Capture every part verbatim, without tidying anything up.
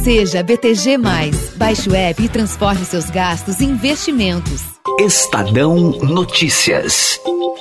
Seja B T G mais. Baixe o app e transforme seus gastos em investimentos. Estadão Notícias.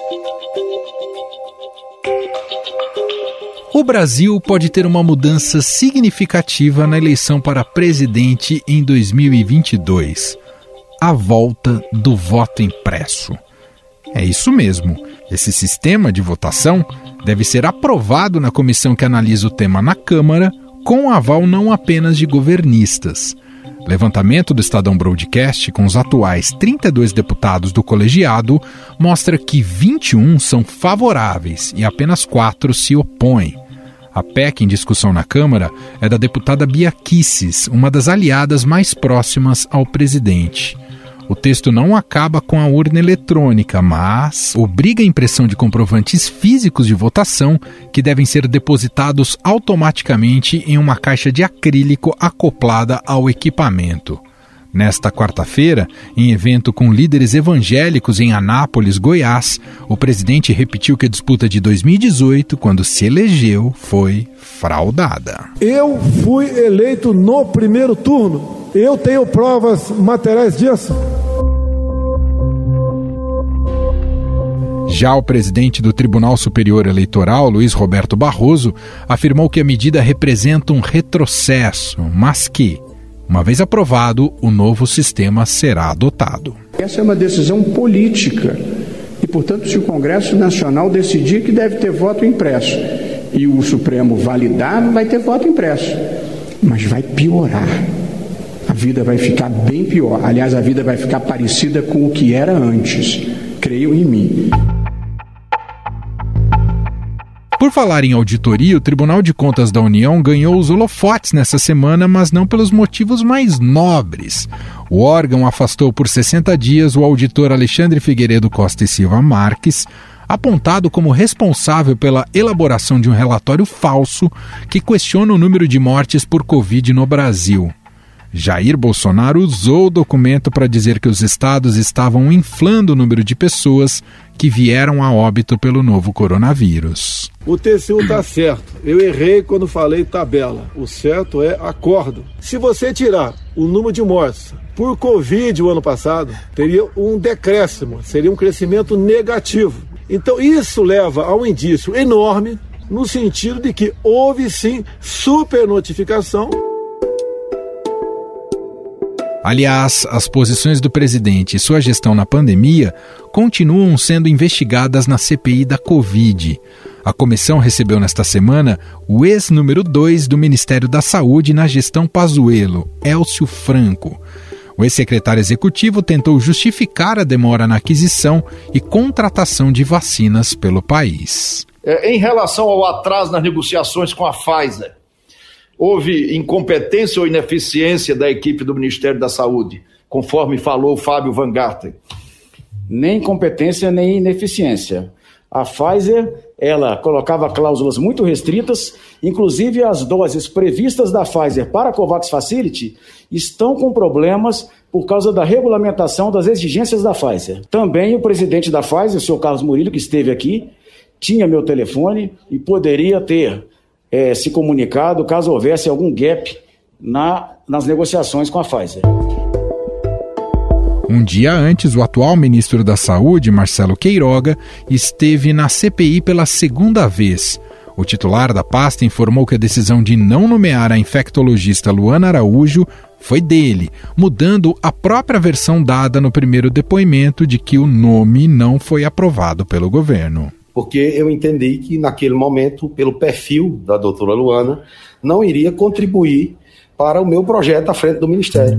O Brasil pode ter uma mudança significativa na eleição para presidente em dois mil e vinte e dois. A volta do voto impresso. É isso mesmo. Esse sistema de votação deve ser aprovado na comissão que analisa o tema na Câmara, com aval não apenas de governistas. Levantamento do Estadão Broadcast com os atuais trinta e dois deputados do colegiado mostra que vinte e um são favoráveis e apenas quatro se opõem. A P E C em discussão na Câmara é da deputada Bia Kicis, uma das aliadas mais próximas ao presidente. O texto não acaba com a urna eletrônica, mas obriga a impressão de comprovantes físicos de votação que devem ser depositados automaticamente em uma caixa de acrílico acoplada ao equipamento. Nesta quarta-feira, em evento com líderes evangélicos em Anápolis, Goiás, o presidente repetiu que a disputa de dois mil e dezoito, quando se elegeu, foi fraudada. Eu fui eleito no primeiro turno. Eu tenho provas materiais disso. Já o presidente do Tribunal Superior Eleitoral, Luiz Roberto Barroso, afirmou que a medida representa um retrocesso, mas que, uma vez aprovado, o novo sistema será adotado. Essa é uma decisão política e, portanto, se o Congresso Nacional decidir que deve ter voto impresso e o Supremo validar, vai ter voto impresso, mas vai piorar. A vida vai ficar bem pior. Aliás, a vida vai ficar parecida com o que era antes. Creio em mim. Por falar em auditoria, o Tribunal de Contas da União ganhou os holofotes nessa semana, mas não pelos motivos mais nobres. O órgão afastou por sessenta dias o auditor Alexandre Figueiredo Costa e Silva Marques, apontado como responsável pela elaboração de um relatório falso que questiona o número de mortes por Covid no Brasil. Jair Bolsonaro usou o documento para dizer que os estados estavam inflando o número de pessoas que vieram a óbito pelo novo coronavírus. O T C U está certo. Eu errei quando falei tabela. O certo é acordo. Se você tirar o número de mortes por Covid o ano passado, teria um decréscimo, seria um crescimento negativo. Então isso leva a um indício enorme no sentido de que houve sim supernotificação. Aliás, as posições do presidente e sua gestão na pandemia continuam sendo investigadas na C P I da Covid. A comissão recebeu nesta semana o ex-número dois do Ministério da Saúde na gestão Pazuello, Élcio Franco. O ex-secretário executivo tentou justificar a demora na aquisição e contratação de vacinas pelo país. É, em relação ao atraso nas negociações com a Pfizer, houve incompetência ou ineficiência da equipe do Ministério da Saúde, conforme falou o Fábio Van Garten? Nem incompetência, nem ineficiência. A Pfizer, ela colocava cláusulas muito restritas, inclusive as doses previstas da Pfizer para a COVAX Facility estão com problemas por causa da regulamentação das exigências da Pfizer. Também o presidente da Pfizer, o senhor Carlos Murillo, que esteve aqui, tinha meu telefone e poderia ter É, se comunicado caso houvesse algum gap na, nas negociações com a Pfizer. Um dia antes, o atual ministro da Saúde, Marcelo Queiroga, esteve na C P I pela segunda vez. O titular da pasta informou que a decisão de não nomear a infectologista Luana Araújo foi dele, mudando a própria versão dada no primeiro depoimento de que o nome não foi aprovado pelo governo. Porque eu entendi que naquele momento, pelo perfil da doutora Luana, não iria contribuir para o meu projeto à frente do Ministério.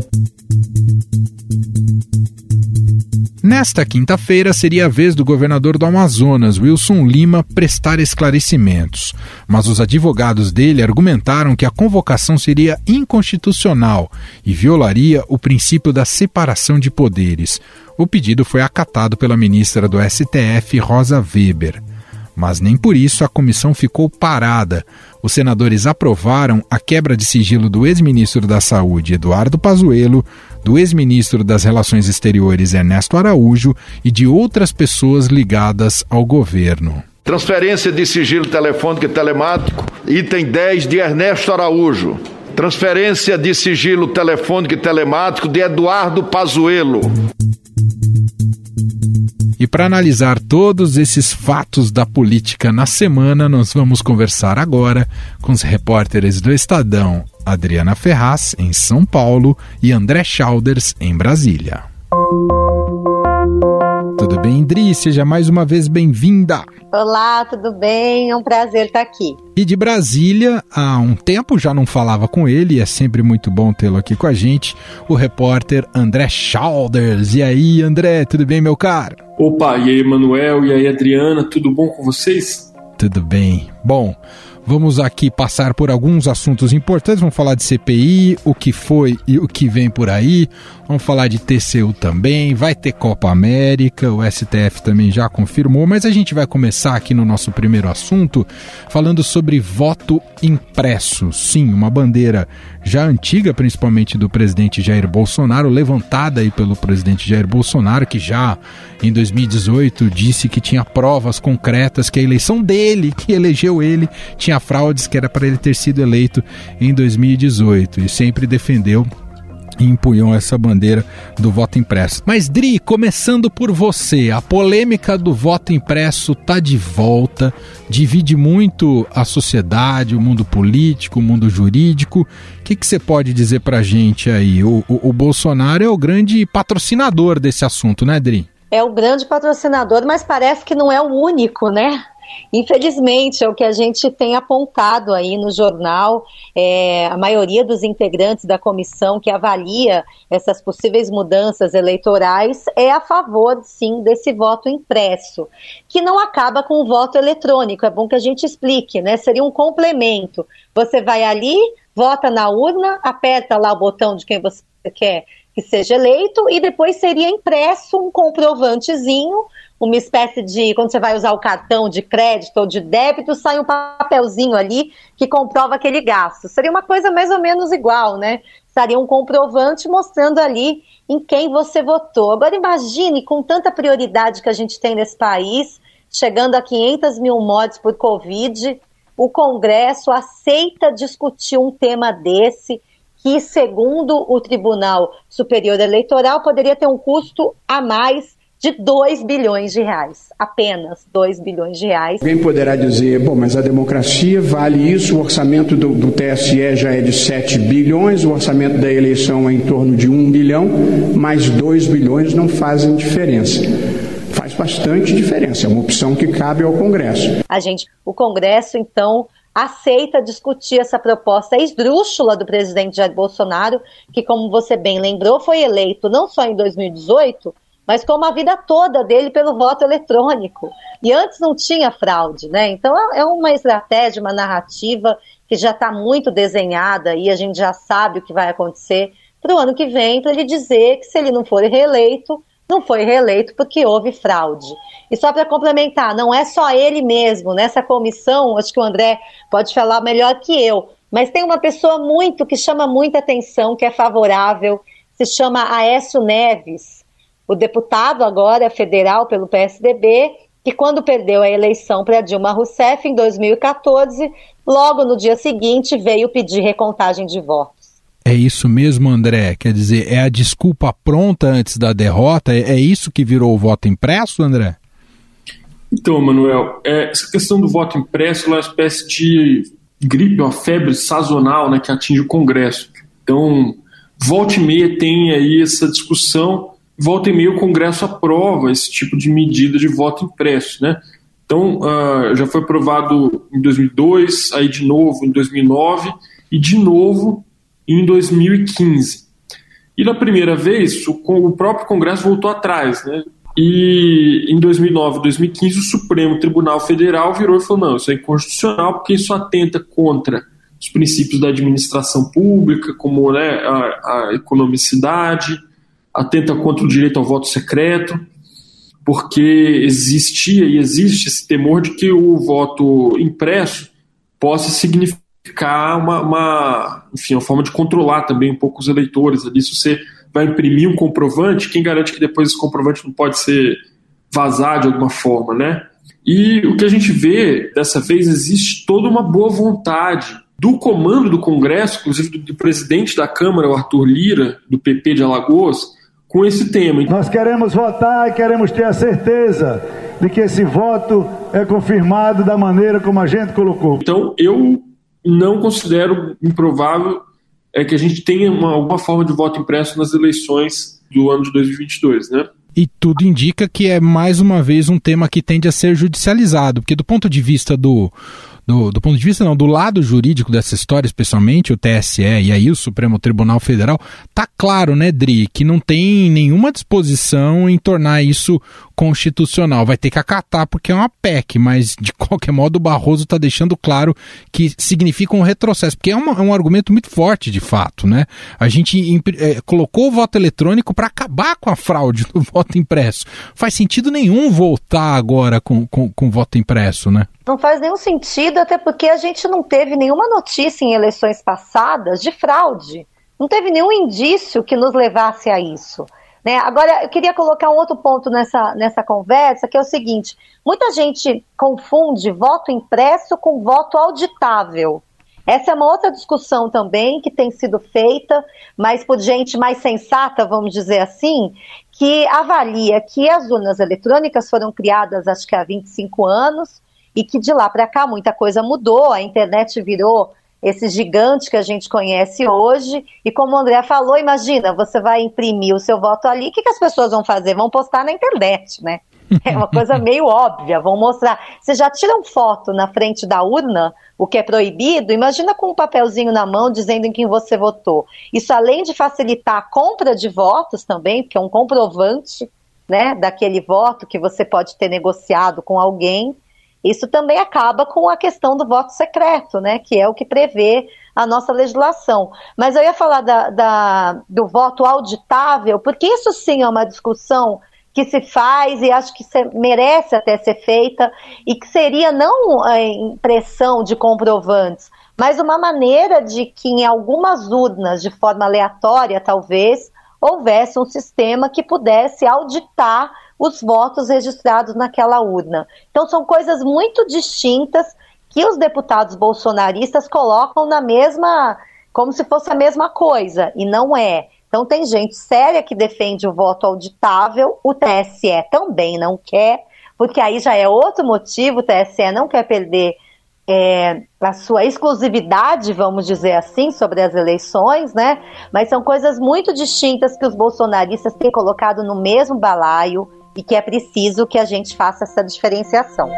Nesta quinta-feira seria a vez do governador do Amazonas, Wilson Lima, prestar esclarecimentos. Mas os advogados dele argumentaram que a convocação seria inconstitucional e violaria o princípio da separação de poderes. O pedido foi acatado pela ministra do S T F, Rosa Weber. Mas nem por isso a comissão ficou parada. Os senadores aprovaram a quebra de sigilo do ex-ministro da Saúde, Eduardo Pazuello, do ex-ministro das Relações Exteriores, Ernesto Araújo, e de outras pessoas ligadas ao governo. Transferência de sigilo telefônico e telemático, item dez de Ernesto Araújo. Transferência de sigilo telefônico e telemático de Eduardo Pazuello. E para analisar todos esses fatos da política na semana, nós vamos conversar agora com os repórteres do Estadão, Adriana Ferraz, em São Paulo, e André Schauders, em Brasília. Tudo bem, Indri? Seja mais uma vez bem-vinda. Olá, tudo bem? É um prazer estar aqui. E de Brasília, há um tempo já não falava com ele, é sempre muito bom tê-lo aqui com a gente, o repórter André Schauders. E aí, André, tudo bem, meu caro? Opa, e aí, Manuel, e aí, Adriana, tudo bom com vocês? Tudo bem. Bom, vamos aqui passar por alguns assuntos importantes, vamos falar de C P I, o que foi e o que vem por aí, vamos falar de T C U também, vai ter Copa América, o S T F também já confirmou, mas a gente vai começar aqui no nosso primeiro assunto falando sobre voto impresso. Sim, uma bandeira já antiga, principalmente do presidente Jair Bolsonaro, levantada aí pelo presidente Jair Bolsonaro, que já em dois mil e dezoito disse que tinha provas concretas que a eleição dele, que elegeu ele, tinha fraudes, que era para ele ter sido eleito em dois mil e dezoito, e sempre defendeu e empunhou essa bandeira do voto impresso. Mas, Dri, começando por você, a polêmica do voto impresso está de volta, divide muito a sociedade, o mundo político, o mundo jurídico. O que, que você pode dizer para a gente aí? O, o, o Bolsonaro é o grande patrocinador desse assunto, né, Dri? É o grande patrocinador, mas parece que não é o único, né? Infelizmente, é o que a gente tem apontado aí no jornal. É, a maioria dos integrantes da comissão que avalia essas possíveis mudanças eleitorais é a favor, sim, desse voto impresso, que não acaba com o voto eletrônico. É bom que a gente explique, né? Seria um complemento. Você vai ali, vota na urna, aperta lá o botão de quem você quer que seja eleito e depois seria impresso um comprovantezinho, uma espécie de, quando você vai usar o cartão de crédito ou de débito, sai um papelzinho ali que comprova aquele gasto. Seria uma coisa mais ou menos igual, né? Seria um comprovante mostrando ali em quem você votou. Agora imagine, com tanta prioridade que a gente tem nesse país, chegando a quinhentas mil mortes por Covid, o Congresso aceita discutir um tema desse, que, segundo o Tribunal Superior Eleitoral, poderia ter um custo a mais de dois bilhões de reais, apenas dois bilhões de reais. Alguém poderá dizer, bom, mas a democracia vale isso, o orçamento do, do T S E já é de sete bilhões, o orçamento da eleição é em torno de um bilhão, mas dois bilhões não fazem diferença. Faz bastante diferença, é uma opção que cabe ao Congresso. A gente, o Congresso, então, aceita discutir essa proposta esdrúxula do presidente Jair Bolsonaro, que, como você bem lembrou, foi eleito não só em dois mil e dezoito, mas como a vida toda dele pelo voto eletrônico. E antes não tinha fraude, né? Então é uma estratégia, uma narrativa que já está muito desenhada e a gente já sabe o que vai acontecer para o ano que vem, para ele dizer que se ele não for reeleito, não foi reeleito porque houve fraude. E só para complementar, não é só ele mesmo, nessa comissão, acho que o André pode falar melhor que eu, mas tem uma pessoa muito que chama muita atenção, que é favorável, se chama Aécio Neves, o deputado agora federal pelo P S D B, que quando perdeu a eleição para Dilma Rousseff em dois mil e quatorze, logo no dia seguinte veio pedir recontagem de votos. É isso mesmo, André? Quer dizer, é a desculpa pronta antes da derrota? É, é isso que virou o voto impresso, André? Então, Manuel, é, essa questão do voto impresso é uma espécie de gripe, uma febre sazonal, né, que atinge o Congresso. Então, volta e meia tem aí essa discussão, volta e meia o Congresso aprova esse tipo de medida de voto impresso, né? Então, uh, já foi aprovado em dois mil e dois, aí de novo em dois mil e nove e de novo em dois mil e quinze. E na primeira vez, o, o próprio Congresso voltou atrás, né? E em dois mil e nove e dois mil e quinze, o Supremo Tribunal Federal virou e falou, não, isso é inconstitucional porque isso atenta contra os princípios da administração pública, como, né, a, a economicidade, atenta contra o direito ao voto secreto, porque existia e existe esse temor de que o voto impresso possa significar uma, uma, enfim, uma forma de controlar também um pouco os eleitores. Ali, se você vai imprimir um comprovante, quem garante que depois esse comprovante não pode ser vazado de alguma forma, né? E o que a gente vê, dessa vez, existe toda uma boa vontade do comando do Congresso, inclusive do, do presidente da Câmara, o Arthur Lira, do P P de Alagoas, com esse tema. Nós queremos votar e queremos ter a certeza de que esse voto é confirmado da maneira como a gente colocou. Então, eu não considero improvável é, que a gente tenha uma, alguma forma de voto impresso nas eleições do ano de dois mil e vinte e dois, né? E tudo indica que é, mais uma vez, um tema que tende a ser judicializado, porque do ponto de vista do... Do, do ponto de vista, não, do lado jurídico dessa história, especialmente o T S E e aí o Supremo Tribunal Federal, tá claro, né, Dri, que não tem nenhuma disposição em tornar isso constitucional. Vai ter que acatar porque é uma P E C, mas de qualquer modo o Barroso está deixando claro que significa um retrocesso, porque é, uma, é um argumento muito forte, de fato, né? A gente é, colocou o voto eletrônico para acabar com a fraude do voto impresso. Faz sentido nenhum voltar agora com, com, com voto impresso, né? Não faz nenhum sentido, até porque a gente não teve nenhuma notícia em eleições passadas de fraude. Não teve nenhum indício que nos levasse a isso. Né? Agora, eu queria colocar um outro ponto nessa, nessa conversa, que é o seguinte: muita gente confunde voto impresso com voto auditável. Essa é uma outra discussão também que tem sido feita, mas por gente mais sensata, vamos dizer assim, que avalia que as urnas eletrônicas foram criadas, acho que há vinte e cinco anos, e que de lá para cá muita coisa mudou, a internet virou esse gigante que a gente conhece hoje, e como o André falou, imagina, você vai imprimir o seu voto ali, o que, que as pessoas vão fazer? Vão postar na internet, né? É uma coisa meio óbvia, vão mostrar. Vocês já tiram foto na frente da urna, o que é proibido? Imagina com um papelzinho na mão dizendo em quem você votou. Isso, além de facilitar a compra de votos também, porque é um comprovante, né, daquele voto que você pode ter negociado com alguém, isso também acaba com a questão do voto secreto, né, que é o que prevê a nossa legislação. Mas eu ia falar da, da, do voto auditável, porque isso sim é uma discussão que se faz e acho que merece até ser feita, e que seria não a impressão de comprovantes, mas uma maneira de que em algumas urnas, de forma aleatória talvez, houvesse um sistema que pudesse auditar os votos registrados naquela urna. Então são coisas muito distintas que os deputados bolsonaristas colocam na mesma, como se fosse a mesma coisa, e não é. Então tem gente séria que defende o voto auditável, o T S E também não quer, porque aí já é outro motivo, o T S E não quer perder é, a sua exclusividade, vamos dizer assim, sobre as eleições, né? Mas são coisas muito distintas que os bolsonaristas têm colocado no mesmo balaio, e que é preciso que a gente faça essa diferenciação.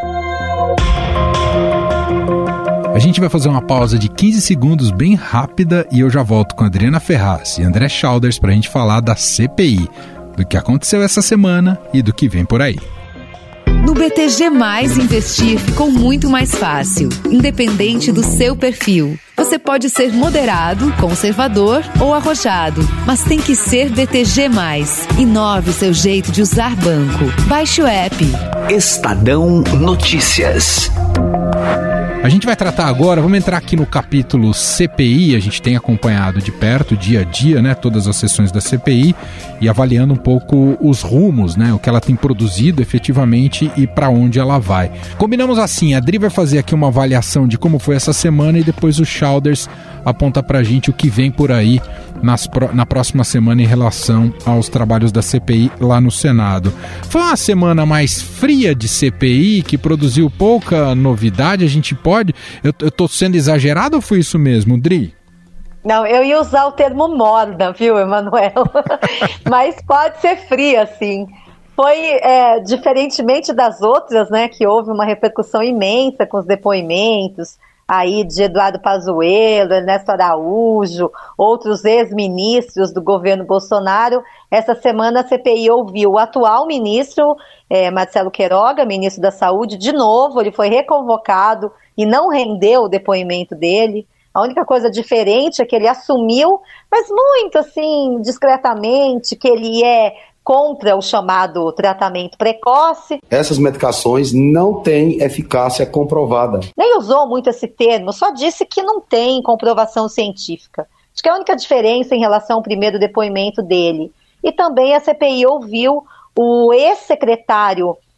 A gente vai fazer uma pausa de quinze segundos bem rápida e eu já volto com a Adriana Ferraz e André Schauders para a gente falar da C P I, do que aconteceu essa semana e do que vem por aí. No B T G mais, investir ficou muito mais fácil, independente do seu perfil. Você pode ser moderado, conservador ou arrojado, mas tem que ser B T G mais. Inove o seu jeito de usar banco. Baixe o app. Estadão Notícias. A gente vai tratar agora, vamos entrar aqui no capítulo C P I, a gente tem acompanhado de perto, dia a dia, né, todas as sessões da C P I e avaliando um pouco os rumos, né, o que ela tem produzido efetivamente e para onde ela vai. Combinamos assim, a Adri vai fazer aqui uma avaliação de como foi essa semana e depois o Schauders aponta pra gente o que vem por aí nas, na próxima semana em relação aos trabalhos da C P I lá no Senado. Foi uma semana mais fria de C P I, que produziu pouca novidade, a gente pode... Eu, eu tô sendo exagerado ou foi isso mesmo, Dri? Não, eu ia usar o termo morna, viu, Emanuel? Mas pode ser fria, sim. Foi, é, diferentemente das outras, né, que houve uma repercussão imensa com os depoimentos aí de Eduardo Pazuello, Ernesto Araújo, outros ex-ministros do governo Bolsonaro. Essa semana a C P I ouviu o atual ministro, é, Marcelo Queiroga, ministro da Saúde, de novo, ele foi reconvocado e não rendeu o depoimento dele. A única coisa diferente é que ele assumiu, mas muito assim, discretamente, que ele é contra o chamado tratamento precoce. Essas medicações não têm eficácia comprovada. Nem usou muito esse termo, só disse que não tem comprovação científica. Acho que é a única diferença em relação ao primeiro depoimento dele. E também a C P I ouviu o ex-secretário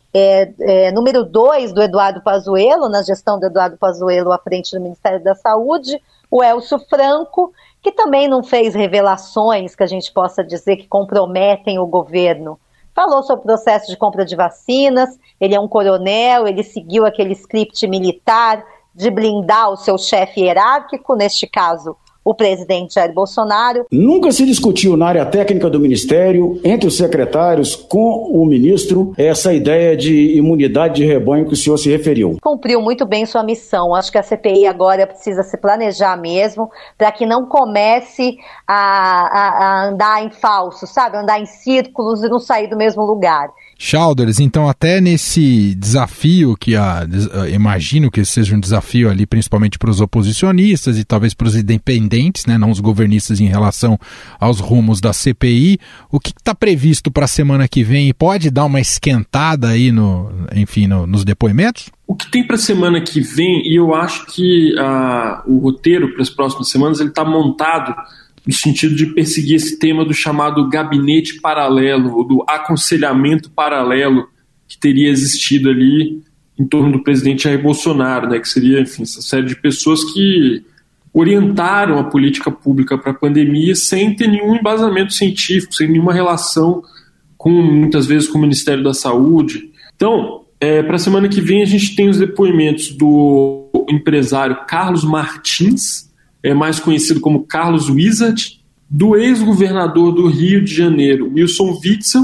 é, é, número dois do Eduardo Pazuello, na gestão do Eduardo Pazuello à frente do Ministério da Saúde, o Elcio Franco, que também não fez revelações que a gente possa dizer que comprometem o governo. Falou sobre o processo de compra de vacinas, ele é um coronel, ele seguiu aquele script militar de blindar o seu chefe hierárquico, neste caso o presidente Jair Bolsonaro. Nunca se discutiu na área técnica do Ministério, entre os secretários, com o ministro, essa ideia de imunidade de rebanho que o senhor se referiu. Cumpriu muito bem sua missão. Acho que a C P I agora precisa se planejar mesmo, para que não comece a, a, a andar em falso, sabe? Andar em círculos e não sair do mesmo lugar. Childers, então até nesse desafio que a, imagino que seja um desafio ali principalmente para os oposicionistas e talvez para os independentes, né, não os governistas em relação aos rumos da C P I, o que está previsto para a semana que vem e pode dar uma esquentada aí no, enfim, no, nos depoimentos? O que tem para a semana que vem, e eu acho que uh, o roteiro para as próximas semanas ele está montado no sentido de perseguir esse tema do chamado gabinete paralelo, ou do aconselhamento paralelo que teria existido ali em torno do presidente Jair Bolsonaro, né, que seria, enfim, essa série de pessoas que orientaram a política pública para a pandemia sem ter nenhum embasamento científico, sem nenhuma relação com, muitas vezes, com o Ministério da Saúde. Então, é, para a semana que vem a gente tem os depoimentos do empresário Carlos Martins, é mais conhecido como Carlos Wizard, do ex-governador do Rio de Janeiro, Wilson Witzel,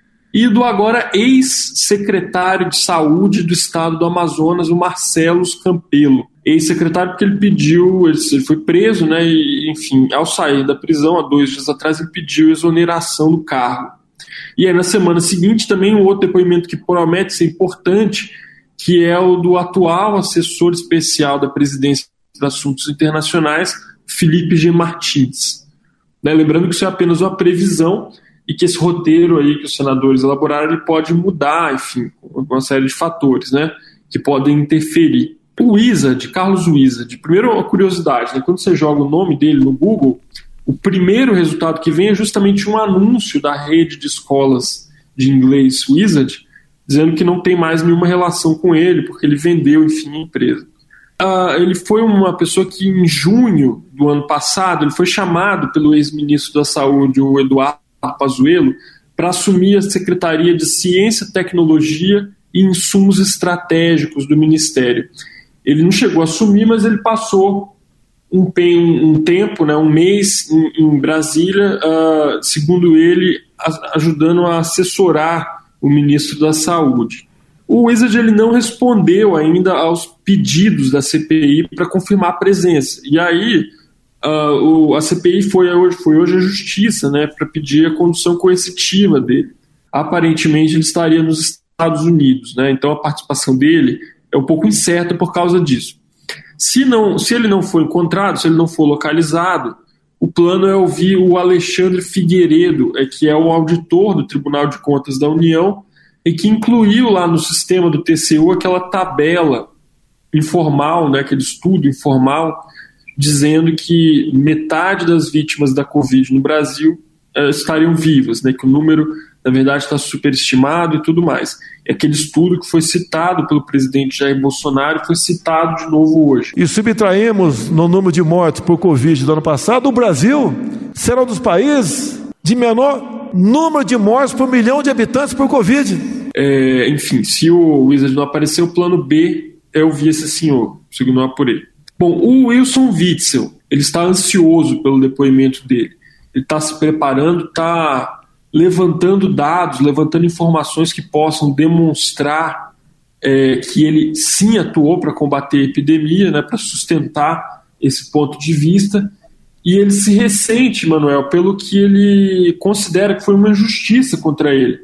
e do agora ex-secretário de Saúde do estado do Amazonas, o Marcelo Campelo. Ex-secretário porque ele pediu, ele foi preso, né, e, enfim, ao sair da prisão, há dois dias atrás, ele pediu exoneração do cargo. E aí, na semana seguinte, também um outro depoimento que promete ser importante, que é o do atual assessor especial da presidência de Assuntos Internacionais, Felipe G. Martins. Né, lembrando que isso é apenas uma previsão e que esse roteiro aí que os senadores elaboraram ele pode mudar, enfim, uma série de fatores, né, que podem interferir. O Wizard, Carlos Wizard, primeiro uma curiosidade, né, quando você joga o nome dele no Google, o primeiro resultado que vem é justamente um anúncio da rede de escolas de inglês Wizard, dizendo que não tem mais nenhuma relação com ele, porque ele vendeu, enfim, a empresa. Uh, ele foi uma pessoa que em junho do ano passado ele foi chamado pelo ex-ministro da Saúde, o Eduardo Pazuello, para assumir a Secretaria de Ciência, Tecnologia e Insumos Estratégicos do Ministério. Ele não chegou a assumir, mas ele passou um, um tempo, né, um mês em, em Brasília, uh, segundo ele, a, ajudando a assessorar o ministro da Saúde. O Wizard ele não respondeu ainda aos pedidos da C P I para confirmar a presença. E aí uh, o, a C P I foi hoje, foi hoje à Justiça, né, para pedir a condução coercitiva dele. Aparentemente ele estaria nos Estados Unidos, né, então a participação dele é um pouco incerta por causa disso. Se, não, se ele não for encontrado, se ele não for localizado, o plano é ouvir o Alexandre Figueiredo, é, que é o auditor do Tribunal de Contas da União, e que incluiu lá no sistema do T C U aquela tabela informal, né, aquele estudo informal, dizendo que metade das vítimas da Covid no Brasil eh, estariam vivas, né, que o número, na verdade, está superestimado e tudo mais. É aquele estudo que foi citado pelo presidente Jair Bolsonaro e foi citado de novo hoje. E subtraímos no número de mortes por Covid do ano passado, o Brasil será um dos países de menor número de mortes por milhão de habitantes por Covid. É, enfim, se o Wizard não aparecer, o plano B é ouvir esse senhor, segundo o apurei. Bom, o Wilson Witzel, ele está ansioso pelo depoimento dele. Ele está se preparando, está levantando dados, levantando informações que possam demonstrar é, que ele sim atuou para combater a epidemia, né, para sustentar esse ponto de vista. E ele se ressente, Manuel, pelo que ele considera que foi uma injustiça contra ele.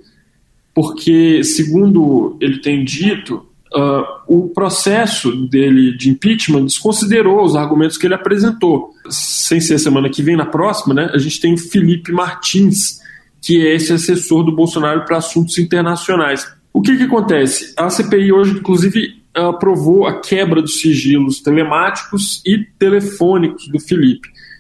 Porque, segundo ele tem dito, uh, o processo dele de impeachment desconsiderou os argumentos que ele apresentou. Sem ser semana que vem, na próxima, né, a gente tem o Felipe Martins, que é esse assessor do Bolsonaro para assuntos internacionais. O que que acontece? A C P I hoje, inclusive, aprovou a quebra dos sigilos telemáticos e telefônicos do Felipe.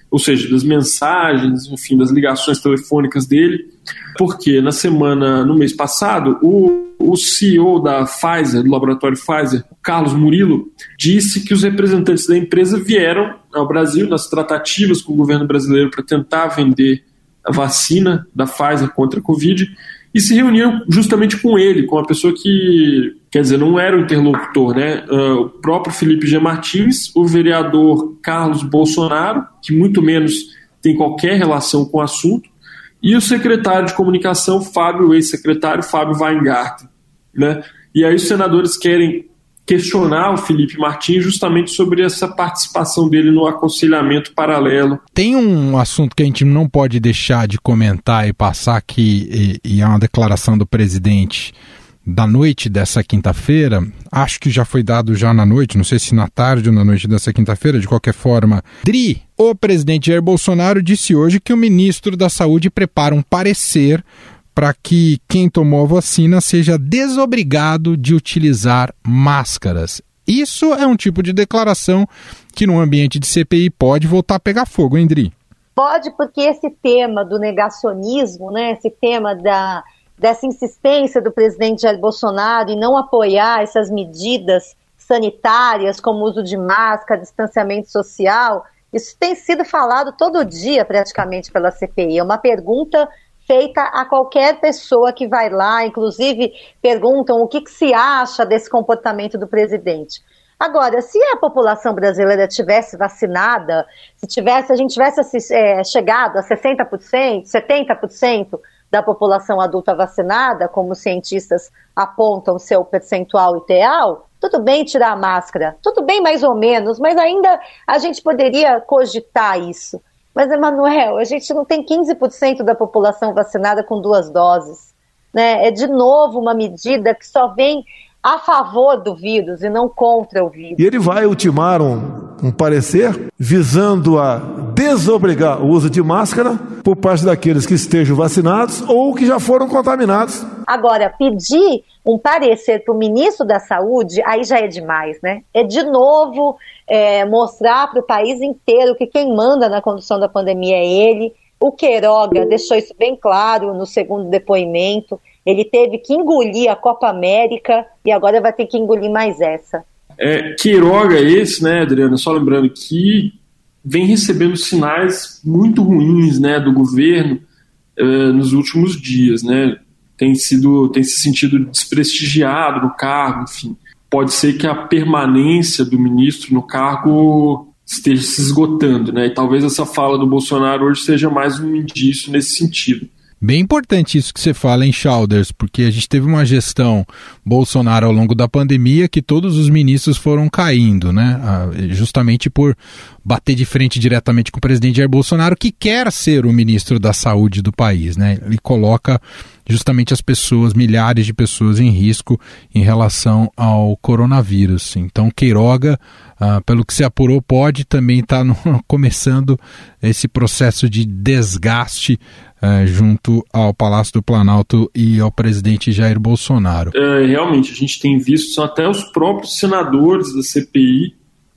ou seja, das mensagens, enfim, das ligações telefônicas dele, porque na semana, no mês passado, o, o C E O da Pfizer, do laboratório Pfizer, Carlos Murilo, disse que os representantes da empresa vieram ao Brasil nas tratativas com o governo brasileiro para tentar vender a vacina da Pfizer contra a Covid e se reuniram justamente com ele, com a pessoa que, quer dizer, não era o interlocutor, né? Uh, o próprio Felipe G. Martins, o vereador Carlos Bolsonaro, que muito menos tem qualquer relação com o assunto, e o secretário de comunicação, Fábio, o ex-secretário Fábio Weingarten, né? E aí os senadores querem questionar o Felipe Martins justamente sobre essa participação dele no aconselhamento paralelo. Tem um assunto que a gente não pode deixar de comentar e passar aqui, e, e é uma declaração do presidente da noite dessa quinta-feira, acho que já foi dado já na noite, não sei se na tarde ou na noite dessa quinta-feira, de qualquer forma. Dri, o presidente Jair Bolsonaro disse hoje que o ministro da Saúde prepara um parecer para que quem tomou a vacina seja desobrigado de utilizar máscaras. Isso é um tipo de declaração que num ambiente de C P I pode voltar a pegar fogo, hein, Dri? Pode, porque esse tema do negacionismo, né, esse tema da, dessa insistência do presidente Jair Bolsonaro em não apoiar essas medidas sanitárias, como o uso de máscara, distanciamento social, isso tem sido falado todo dia praticamente pela C P I. É uma pergunta feita a qualquer pessoa que vai lá, inclusive perguntam o que, que se acha desse comportamento do presidente. Agora, se a população brasileira tivesse vacinada, se tivesse, a gente tivesse é, chegado a sessenta por cento, setenta por cento da população adulta vacinada, como os cientistas apontam seu percentual ideal, tudo bem tirar a máscara, tudo bem mais ou menos, mas ainda a gente poderia cogitar isso. Mas, Emanuel, a gente não tem quinze por cento da população vacinada com duas doses, né? É, de novo, uma medida que só vem a favor do vírus e não contra o vírus. E ele vai ultimar um, um parecer visando a desobrigar o uso de máscara por parte daqueles que estejam vacinados ou que já foram contaminados. Agora, pedir um parecer para o ministro da Saúde, aí já é demais, né? É de novo é, mostrar para o país inteiro que quem manda na condução da pandemia é ele. O Queiroga deixou isso bem claro no segundo depoimento. Ele teve que engolir a Copa América e agora vai ter que engolir mais essa. É, Queiroga esse, né, Adriana, só lembrando que vem recebendo sinais muito ruins, né, do governo eh, nos últimos dias, né, tem sido, tem se sentido desprestigiado no cargo, enfim. Pode ser que a permanência do ministro no cargo esteja se esgotando, né, e talvez essa fala do Bolsonaro hoje seja mais um indício nesse sentido. Bem importante isso que você fala, hein, Chalders, porque a gente teve uma gestão Bolsonaro ao longo da pandemia que todos os ministros foram caindo, né? Justamente por bater de frente diretamente com o presidente Jair Bolsonaro, que quer ser o ministro da Saúde do país, né? Ele coloca justamente as pessoas, milhares de pessoas em risco em relação ao coronavírus. Então, Queiroga, ah, pelo que se apurou, pode também estar tá começando esse processo de desgaste Uh, junto ao Palácio do Planalto e ao presidente Jair Bolsonaro. É, realmente, a gente tem visto, são até os próprios senadores da C P I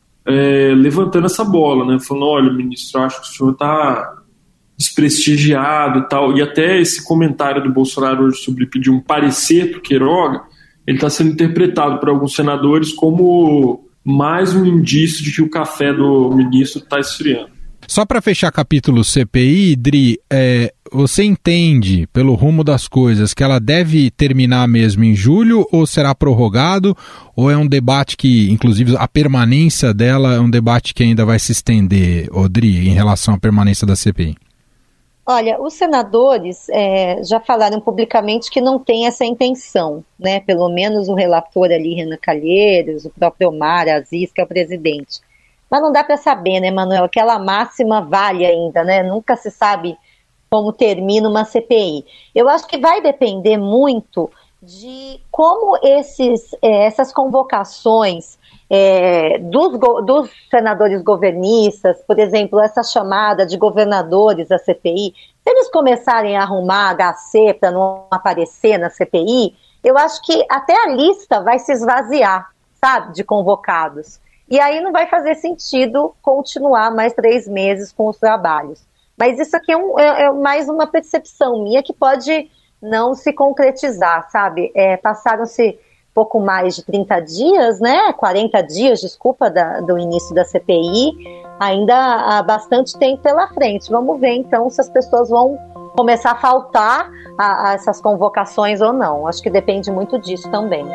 é, levantando essa bola, né? Falando, olha, ministro, eu acho que o senhor está desprestigiado e tal. E até esse comentário do Bolsonaro hoje sobre pedir um parecer para o Queiroga, ele está sendo interpretado por alguns senadores como mais um indício de que o café do ministro está esfriando. Só para fechar capítulo C P I, Dri, é, você entende, pelo rumo das coisas, que ela deve terminar mesmo em julho ou será prorrogado? Ou é um debate que, inclusive, a permanência dela é um debate que ainda vai se estender, Dri, em relação à permanência da C P I? Olha, os senadores é, já falaram publicamente que não tem essa intenção, né? Pelo menos o relator ali, Renan Calheiros, o próprio Omar Aziz, que é o presidente. Mas não dá para saber, né, Manuel? Aquela máxima vale ainda, né? Nunca se sabe como termina uma C P I. Eu acho que vai depender muito de como esses, é, essas convocações é, dos, dos senadores governistas, por exemplo, essa chamada de governadores da C P I, se eles começarem a arrumar H C para não aparecer na C P I, eu acho que até a lista vai se esvaziar, sabe, de convocados. e aí não vai fazer sentido continuar mais três meses com os trabalhos. Mas isso aqui é, um, é, é mais uma percepção minha que pode não se concretizar, sabe? É, passaram-se pouco mais de trinta dias, né? quarenta dias, desculpa, da, do início da C P I. Ainda há bastante tempo pela frente. Vamos ver, então, se as pessoas vão começar a faltar a, a essas convocações ou não. Acho que depende muito disso também.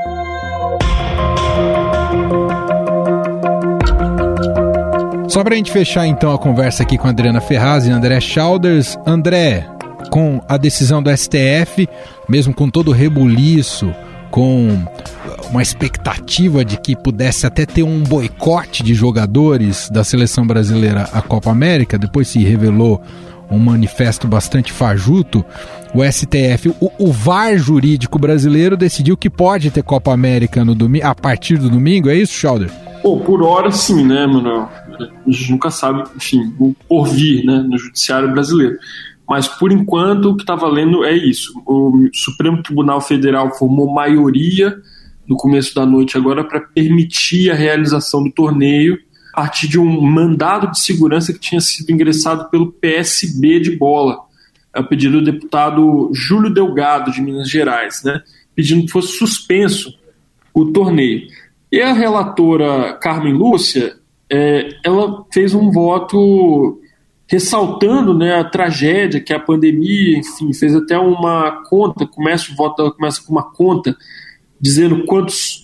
Só para a gente fechar, então, a conversa aqui com a Adriana Ferraz e André Schauders. André, com a decisão do S T F, mesmo com todo o rebuliço, com uma expectativa de que pudesse até ter um boicote de jogadores da seleção brasileira à Copa América, depois se revelou um manifesto bastante fajuto, o S T F, o, o V A R jurídico brasileiro decidiu que pode ter Copa América no domingo, a partir do domingo, é isso, Schauder? Pô, por hora sim, né, Manuel? A gente nunca sabe, enfim, o porvir, né, no judiciário brasileiro. Mas, por enquanto, o que está valendo é isso. O Supremo Tribunal Federal formou maioria no começo da noite agora para permitir a realização do torneio a partir de um mandado de segurança que tinha sido ingressado pelo P S B de bola, a pedido do deputado Júlio Delgado, de Minas Gerais, né, pedindo que fosse suspenso o torneio. E a relatora Carmen Lúcia, é, ela fez um voto ressaltando, né, a tragédia que é a pandemia, enfim, fez até uma conta, começa o voto, ela começa com uma conta dizendo quantos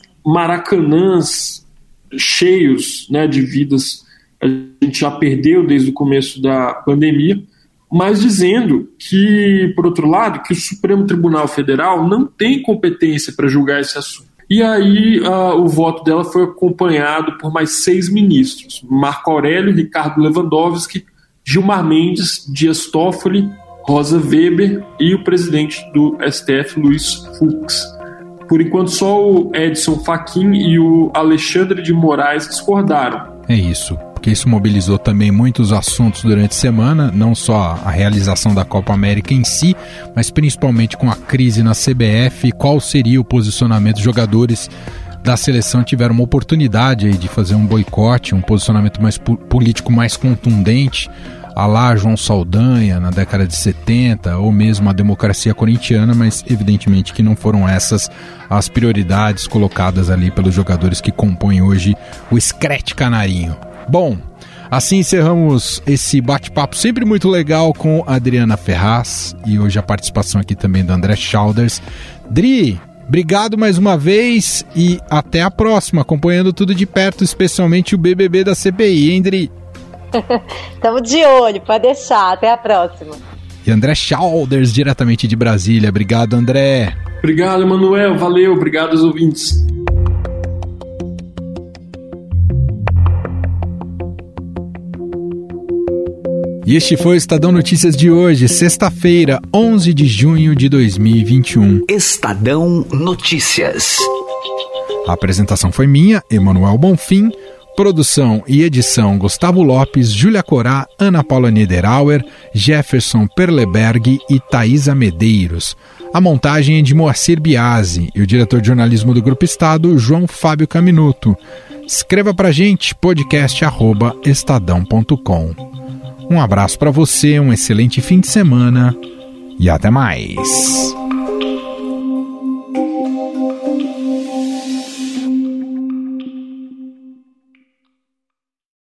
maracanãs cheios, né, de vidas a gente já perdeu desde o começo da pandemia, mas dizendo que, por outro lado, que o Supremo Tribunal Federal não tem competência para julgar esse assunto. E aí uh, o voto dela foi acompanhado por mais seis ministros: Marco Aurélio, Ricardo Lewandowski, Gilmar Mendes, Dias Toffoli, Rosa Weber e o presidente do S T F, Luiz Fux. Por enquanto, só o Edson Fachin e o Alexandre de Moraes discordaram. É isso, porque isso mobilizou também muitos assuntos durante a semana, não só a realização da Copa América em si, mas principalmente com a crise na C B F, qual seria o posicionamento dos jogadores da seleção. Tiveram uma oportunidade aí de fazer um boicote, um posicionamento mais político mais contundente, à lá João Saldanha na década de setenta, ou mesmo a democracia corintiana, mas evidentemente que não foram essas as prioridades colocadas ali pelos jogadores que compõem hoje o Screte Canarinho. Bom, assim encerramos esse bate-papo sempre muito legal com a Adriana Ferraz e hoje a participação aqui também da André Schauders. Dri, obrigado mais uma vez e até a próxima, acompanhando tudo de perto, especialmente o B B B da C P I, hein, Dri? Estamos de olho, pode deixar, até a próxima. E André Schauders, diretamente de Brasília. Obrigado, André. Obrigado, Emanuel, valeu, obrigado aos ouvintes. E este foi o Estadão Notícias de hoje, sexta-feira, onze de junho de dois mil e vinte e um. Estadão Notícias. A apresentação foi minha, Emanuel Bonfim. Produção e edição Gustavo Lopes, Júlia Corá, Ana Paula Niederauer, Jefferson Perleberg e Thaisa Medeiros. A montagem é de Moacir Biasi e o diretor de jornalismo do Grupo Estado, João Fábio Caminuto. Escreva pra gente, podcast arroba estadão ponto com. Um abraço para você, um excelente fim de semana e até mais.